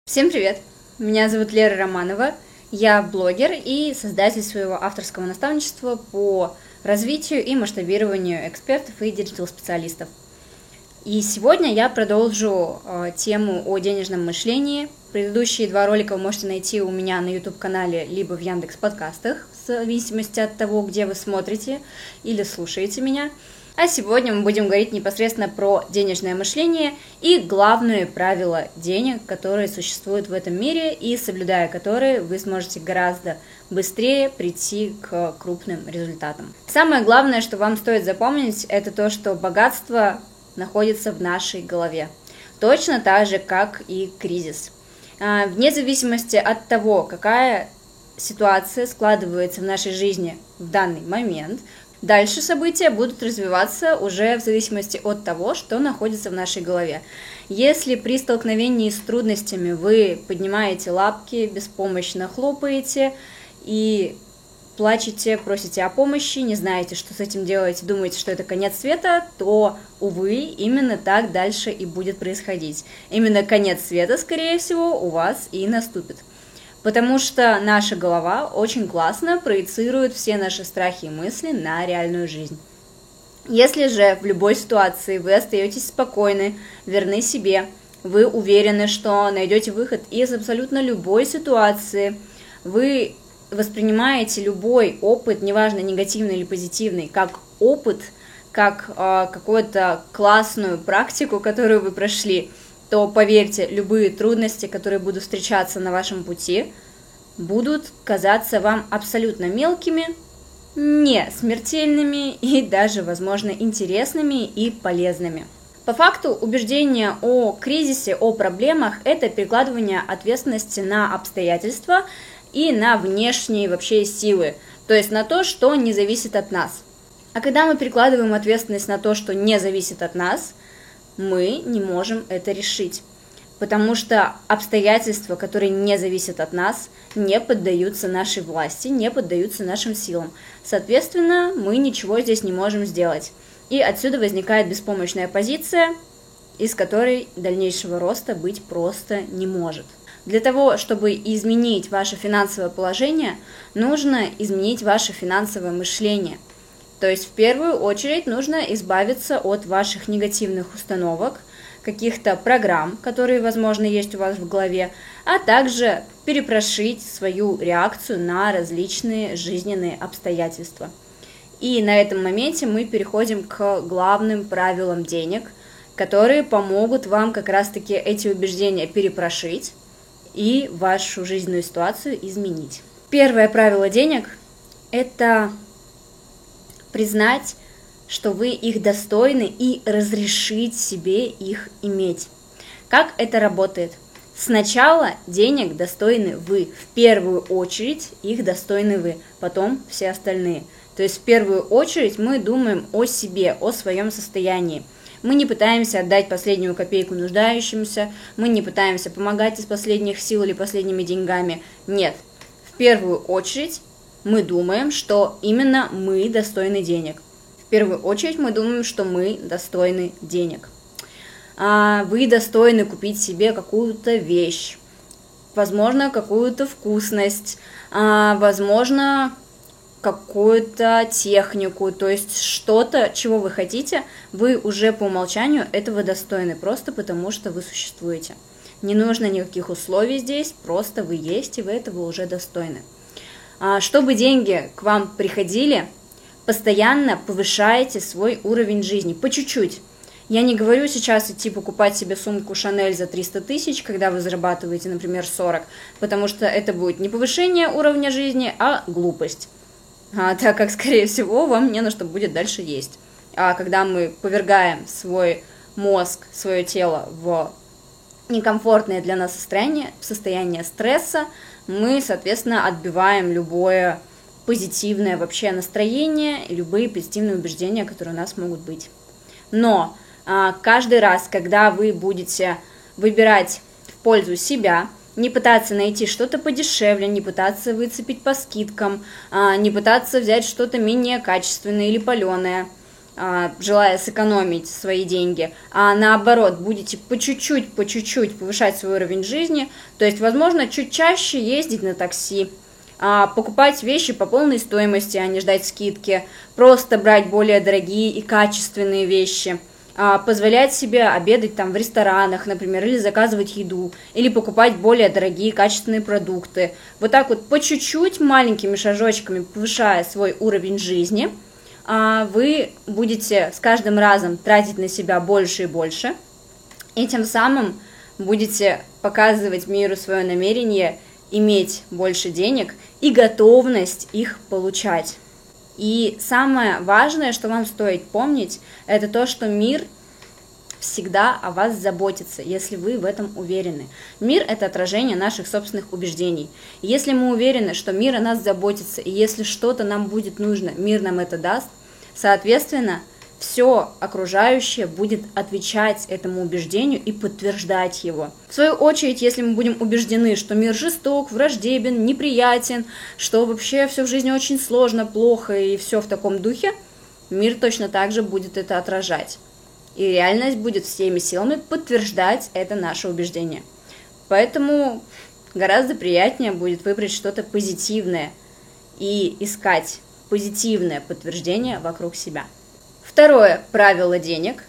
Всем привет! Меня зовут Лера Романова, я блогер и создатель своего авторского наставничества по развитию и масштабированию экспертов и диджитал-специалистов. И сегодня я продолжу тему о денежном мышлении. Предыдущие два ролика вы можете найти у меня на YouTube-канале либо в Яндекс.Подкастах, в зависимости от того, где вы смотрите или слушаете меня. А сегодня мы будем говорить непосредственно про денежное мышление и главные правила денег, которые существуют в этом мире, и соблюдая которые вы сможете гораздо быстрее прийти к крупным результатам. Самое главное, что вам стоит запомнить, это то, что богатство находится в нашей голове. Точно так же, как и кризис. Вне зависимости от того, какая ситуация складывается в нашей жизни в данный момент, дальше события будут развиваться уже в зависимости от того, что находится в нашей голове. Если при столкновении с трудностями вы поднимаете лапки, беспомощно хлопаете и плачете, просите о помощи, не знаете, что с этим делать, думаете, что это конец света, то, увы, именно так дальше и будет происходить. Именно конец света, скорее всего, у вас и наступит. Потому что наша голова очень классно проецирует все наши страхи и мысли на реальную жизнь. Если же в любой ситуации вы остаетесь спокойны, верны себе, вы уверены, что найдете выход из абсолютно любой ситуации, вы воспринимаете любой опыт, неважно негативный или позитивный, как опыт, как какую-то классную практику, которую вы прошли, то, поверьте, любые трудности, которые будут встречаться на вашем пути, будут казаться вам абсолютно мелкими, не смертельными и даже, возможно, интересными и полезными. По факту, убеждение о кризисе, о проблемах – это перекладывание ответственности на обстоятельства и на внешние вообще силы, то есть на то, что не зависит от нас. А когда мы перекладываем ответственность на то, что не зависит от нас, мы не можем это решить, потому что обстоятельства, которые не зависят от нас, не поддаются нашей власти, не поддаются нашим силам. Соответственно, мы ничего здесь не можем сделать. И отсюда возникает беспомощная позиция, из которой дальнейшего роста быть просто не может. Для того, чтобы изменить ваше финансовое положение, нужно изменить ваше финансовое мышление. То есть в первую очередь нужно избавиться от ваших негативных установок, каких-то программ, которые, возможно, есть у вас в голове, а также перепрошить свою реакцию на различные жизненные обстоятельства. И на этом моменте мы переходим к главным правилам денег, которые помогут вам как раз-таки эти убеждения перепрошить и вашу жизненную ситуацию изменить. Первое правило денег – это признать, что вы их достойны, и разрешить себе их иметь. Как это работает? Сначала денег достойны вы, в первую очередь их достойны вы, потом все остальные. То есть в первую очередь мы думаем о себе, о своем состоянии. Мы не пытаемся отдать последнюю копейку нуждающимся, мы не пытаемся помогать из последних сил или последними деньгами. Нет, в первую очередь мы думаем, что именно мы достойны денег. В первую очередь мы думаем, что мы достойны денег. Вы достойны купить себе какую-то вещь, возможно, какую-то вкусность, возможно, какую-то технику, то есть что-то, чего вы хотите, вы уже по умолчанию этого достойны, просто потому что вы существуете. Не нужно никаких условий здесь, просто вы есть, и вы этого уже достойны. Чтобы деньги к вам приходили, постоянно повышайте свой уровень жизни, по чуть-чуть. Я не говорю сейчас идти покупать себе сумку Шанель за 300 тысяч, когда вы зарабатываете, например, 40, потому что это будет не повышение уровня жизни, а глупость. Так как, скорее всего, вам не на что будет дальше есть. А когда мы повергаем свой мозг, свое тело в некомфортное для нас состояние, в состояние стресса, мы, соответственно, отбиваем любое позитивное вообще настроение и любые позитивные убеждения, которые у нас могут быть. Но каждый раз, когда вы будете выбирать в пользу себя, не пытаться найти что-то подешевле, не пытаться выцепить по скидкам, не пытаться взять что-то менее качественное или паленое, желая сэкономить свои деньги, а наоборот, будете по чуть-чуть повышать свой уровень жизни, то есть, возможно, чуть чаще ездить на такси, покупать вещи по полной стоимости, а не ждать скидки, просто брать более дорогие и качественные вещи, позволять себе обедать там в ресторанах, например, или заказывать еду, или покупать более дорогие качественные продукты. Вот так вот по чуть-чуть, маленькими шажочками повышая свой уровень жизни, вы будете с каждым разом тратить на себя больше и больше, и тем самым будете показывать миру свое намерение иметь больше денег и готовность их получать. И самое важное, что вам стоит помнить, это то, что мир всегда о вас заботится, если вы в этом уверены. Мир – это отражение наших собственных убеждений. И если мы уверены, что мир о нас заботится, и если что-то нам будет нужно, мир нам это даст, соответственно, все окружающее будет отвечать этому убеждению и подтверждать его. В свою очередь, если мы будем убеждены, что мир жесток, враждебен, неприятен, что вообще все в жизни очень сложно, плохо и все в таком духе, мир точно так же будет это отражать. И реальность будет всеми силами подтверждать это наше убеждение. Поэтому гораздо приятнее будет выбрать что-то позитивное и искать позитивное подтверждение вокруг себя. Второе правило денег.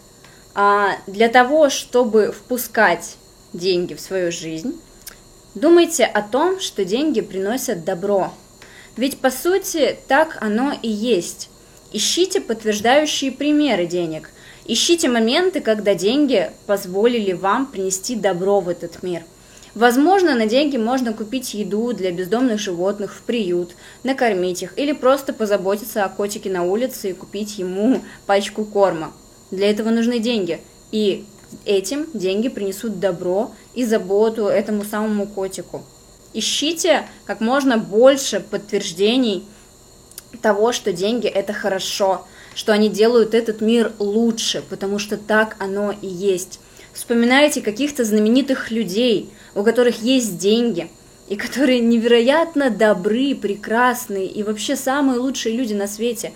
Для того, чтобы впускать деньги в свою жизнь, думайте о том, что деньги приносят добро. Ведь по сути так оно и есть. Ищите подтверждающие примеры денег. Ищите моменты, когда деньги позволили вам принести добро в этот мир. Возможно, на деньги можно купить еду для бездомных животных в приют, накормить их или просто позаботиться о котике на улице и купить ему пачку корма. Для этого нужны деньги, и этим деньги принесут добро и заботу этому самому котику. Ищите как можно больше подтверждений того, что деньги – это хорошо, что они делают этот мир лучше, потому что так оно и есть. Вспоминайте каких-то знаменитых людей, у которых есть деньги, и которые невероятно добры, прекрасные и вообще самые лучшие люди на свете.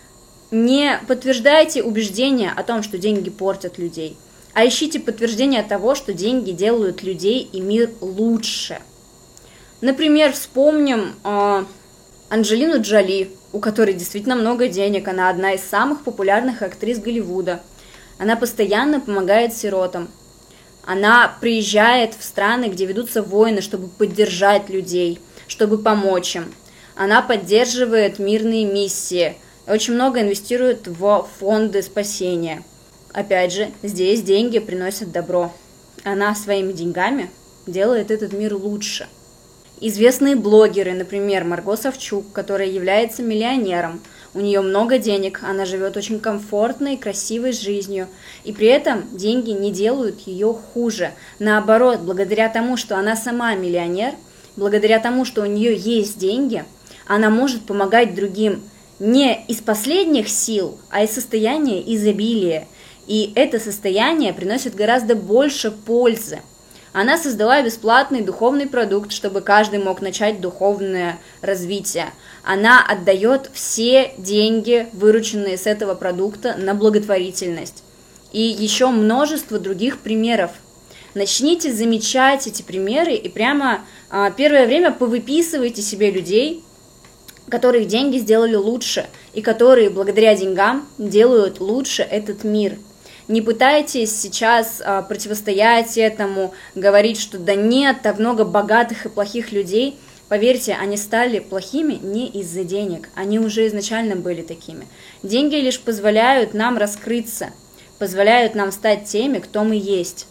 Не подтверждайте убеждения о том, что деньги портят людей, а ищите подтверждение того, что деньги делают людей и мир лучше. Например, вспомним Анджелину Джоли, у которой действительно много денег, она одна из самых популярных актрис Голливуда. Она постоянно помогает сиротам. Она приезжает в страны, где ведутся войны, чтобы поддержать людей, чтобы помочь им. Она поддерживает мирные миссии, очень много инвестирует в фонды спасения. Опять же, здесь деньги приносят добро. Она своими деньгами делает этот мир лучше. Известные блогеры, например, Марго Савчук, которая является миллионером, у нее много денег, она живет очень комфортной, красивой жизнью, и при этом деньги не делают ее хуже. Наоборот, благодаря тому, что она сама миллионер, благодаря тому, что у нее есть деньги, она может помогать другим не из последних сил, а из состояния изобилия. И это состояние приносит гораздо больше пользы. Она создала бесплатный духовный продукт, чтобы каждый мог начать духовное развитие. Она отдает все деньги, вырученные с этого продукта, на благотворительность. И еще множество других примеров. Начните замечать эти примеры и прямо первое время повыписывайте себе людей, которых деньги сделали лучше, и которые благодаря деньгам делают лучше этот мир. Не пытайтесь сейчас противостоять этому, говорить, что да нет, так много богатых и плохих людей. Поверьте, они стали плохими не из-за денег, они уже изначально были такими. Деньги лишь позволяют нам раскрыться, позволяют нам стать теми, кто мы есть.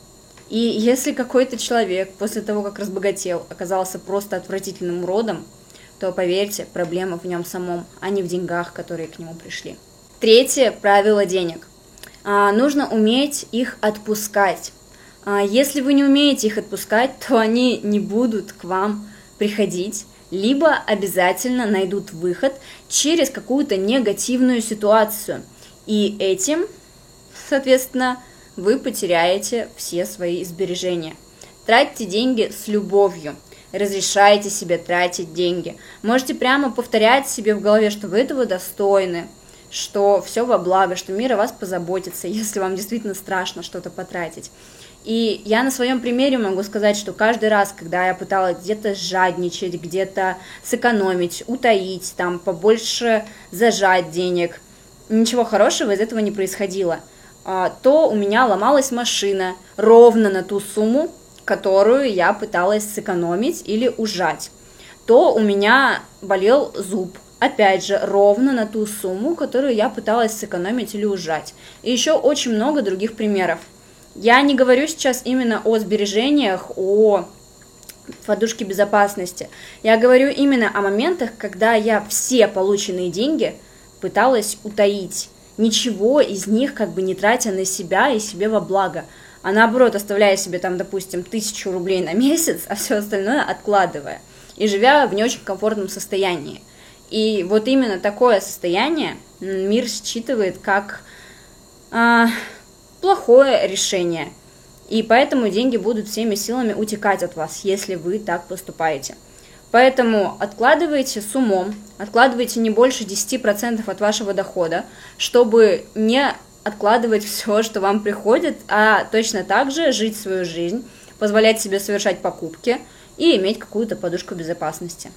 И если какой-то человек после того, как разбогател, оказался просто отвратительным уродом, то поверьте, проблема в нем самом, а не в деньгах, которые к нему пришли. Третье правило денег. Нужно уметь их отпускать. Если вы не умеете их отпускать, то они не будут к вам приходить, либо обязательно найдут выход через какую-то негативную ситуацию. И этим, соответственно, вы потеряете все свои сбережения. Тратьте деньги с любовью. Разрешайте себе тратить деньги. Можете прямо повторять себе в голове, что вы этого достойны, что все во благо, что мир о вас позаботится, если вам действительно страшно что-то потратить. И я на своем примере могу сказать, что каждый раз, когда я пыталась где-то жадничать, где-то сэкономить, утаить, там, побольше зажать денег, ничего хорошего из этого не происходило. То у меня ломалась машина ровно на ту сумму, которую я пыталась сэкономить или ужать. То у меня болел зуб, опять же, ровно на ту сумму, которую я пыталась сэкономить или ужать. И еще очень много других примеров. Я не говорю сейчас именно о сбережениях, о подушке безопасности. Я говорю именно о моментах, когда я все полученные деньги пыталась утаить, ничего из них как бы не тратя на себя и себе во благо, а наоборот оставляя себе там, допустим, 1000 рублей на месяц, а все остальное откладывая и живя в не очень комфортном состоянии. И вот именно такое состояние мир считывает как плохое решение, и поэтому деньги будут всеми силами утекать от вас, если вы так поступаете. Поэтому откладывайте с умом, откладывайте не больше 10% от вашего дохода, чтобы не откладывать все, что вам приходит, а точно так же жить свою жизнь, позволять себе совершать покупки и иметь какую-то подушку безопасности.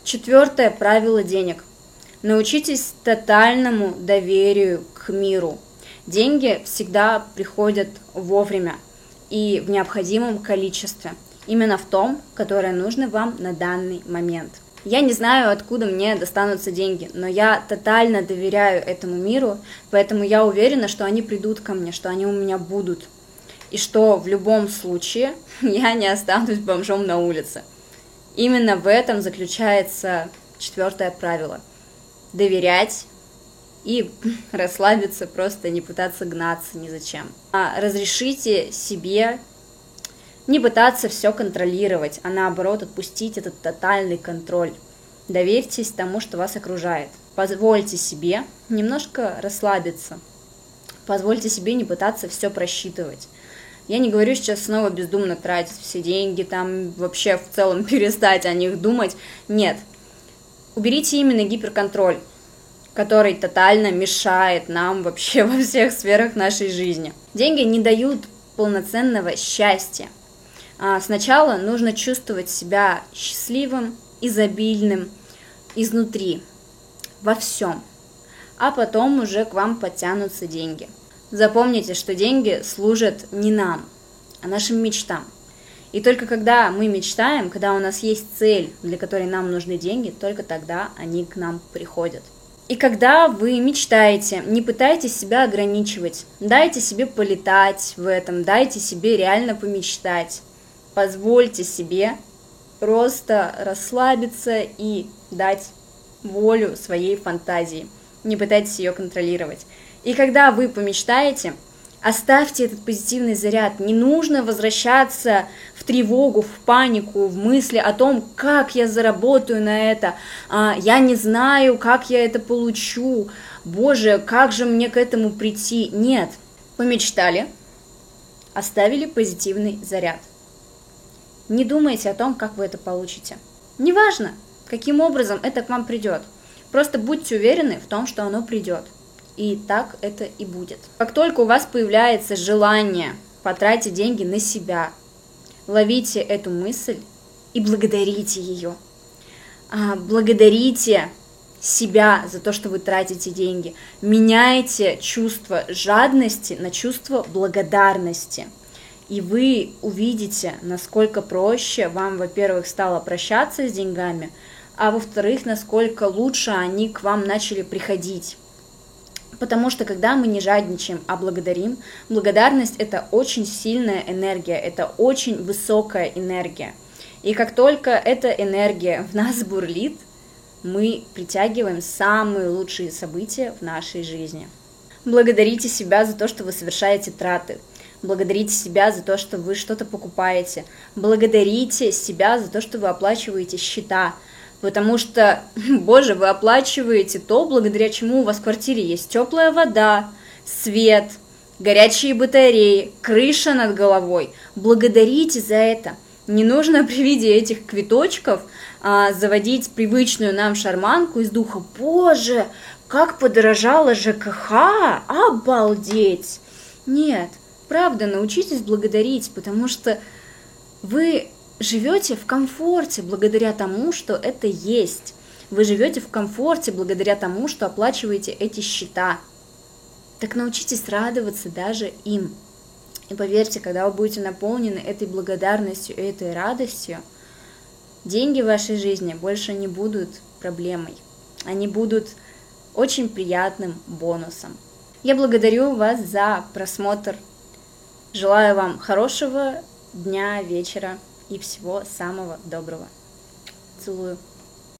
4 правило денег. Научитесь тотальному доверию к миру. Деньги всегда приходят вовремя и в необходимом количестве, именно в том, которое нужно вам на данный момент. Я не знаю, откуда мне достанутся деньги, но я тотально доверяю этому миру, поэтому я уверена, что они придут ко мне, что они у меня будут, и что в любом случае я не останусь бомжом на улице. Именно в этом заключается 4 правило. Доверять и расслабиться, просто не пытаться гнаться ни зачем. Разрешите себе не пытаться все контролировать, а наоборот отпустить этот тотальный контроль. Доверьтесь тому, что вас окружает. Позвольте себе немножко расслабиться. Позвольте себе не пытаться все просчитывать. Я не говорю сейчас снова бездумно тратить все деньги, там вообще в целом перестать о них думать. Нет. Уберите именно гиперконтроль, который тотально мешает нам вообще во всех сферах нашей жизни. Деньги не дают полноценного счастья. Сначала нужно чувствовать себя счастливым, изобильным изнутри, во всем, а потом уже к вам подтянутся деньги. Запомните, что деньги служат не нам, а нашим мечтам. И только когда мы мечтаем, когда у нас есть цель, для которой нам нужны деньги, только тогда они к нам приходят. И когда вы мечтаете, не пытайтесь себя ограничивать, дайте себе полетать в этом, дайте себе реально помечтать. Позвольте себе просто расслабиться и дать волю своей фантазии. Не пытайтесь ее контролировать. И когда вы помечтаете, оставьте этот позитивный заряд. Не нужно возвращаться в тревогу, в панику, в мысли о том, как я заработаю на это. Я не знаю, как я это получу. Боже, как же мне к этому прийти? Нет. Помечтали, оставили позитивный заряд. Не думайте о том, как вы это получите. Неважно, каким образом это к вам придет. Просто будьте уверены в том, что оно придет. И так это и будет. Как только у вас появляется желание потратить деньги на себя, ловите эту мысль и благодарите ее. Благодарите себя за то, что вы тратите деньги. Меняйте чувство жадности на чувство благодарности. И вы увидите, насколько проще вам, во-первых, стало прощаться с деньгами, а во-вторых, насколько лучше они к вам начали приходить. Потому что когда мы не жадничаем, а благодарим, благодарность – это очень сильная энергия, это очень высокая энергия. И как только эта энергия в нас бурлит, мы притягиваем самые лучшие события в нашей жизни. Благодарите себя за то, что вы совершаете траты. Благодарите себя за то, что вы что-то покупаете. Благодарите себя за то, что вы оплачиваете счета. Потому что, боже, вы оплачиваете то, благодаря чему у вас в квартире есть теплая вода, свет, горячие батареи, крыша над головой. Благодарите за это. Не нужно при виде этих квиточков заводить привычную нам шарманку из духа. Боже, как подорожало ЖКХ, обалдеть! Нет, правда, научитесь благодарить, потому что вы живете в комфорте благодаря тому, что это есть. Вы живете в комфорте благодаря тому, что оплачиваете эти счета. Так научитесь радоваться даже им. И поверьте, когда вы будете наполнены этой благодарностью, этой радостью, деньги в вашей жизни больше не будут проблемой. Они будут очень приятным бонусом. Я благодарю вас за просмотр. Желаю вам хорошего дня, вечера и всего самого доброго. Целую.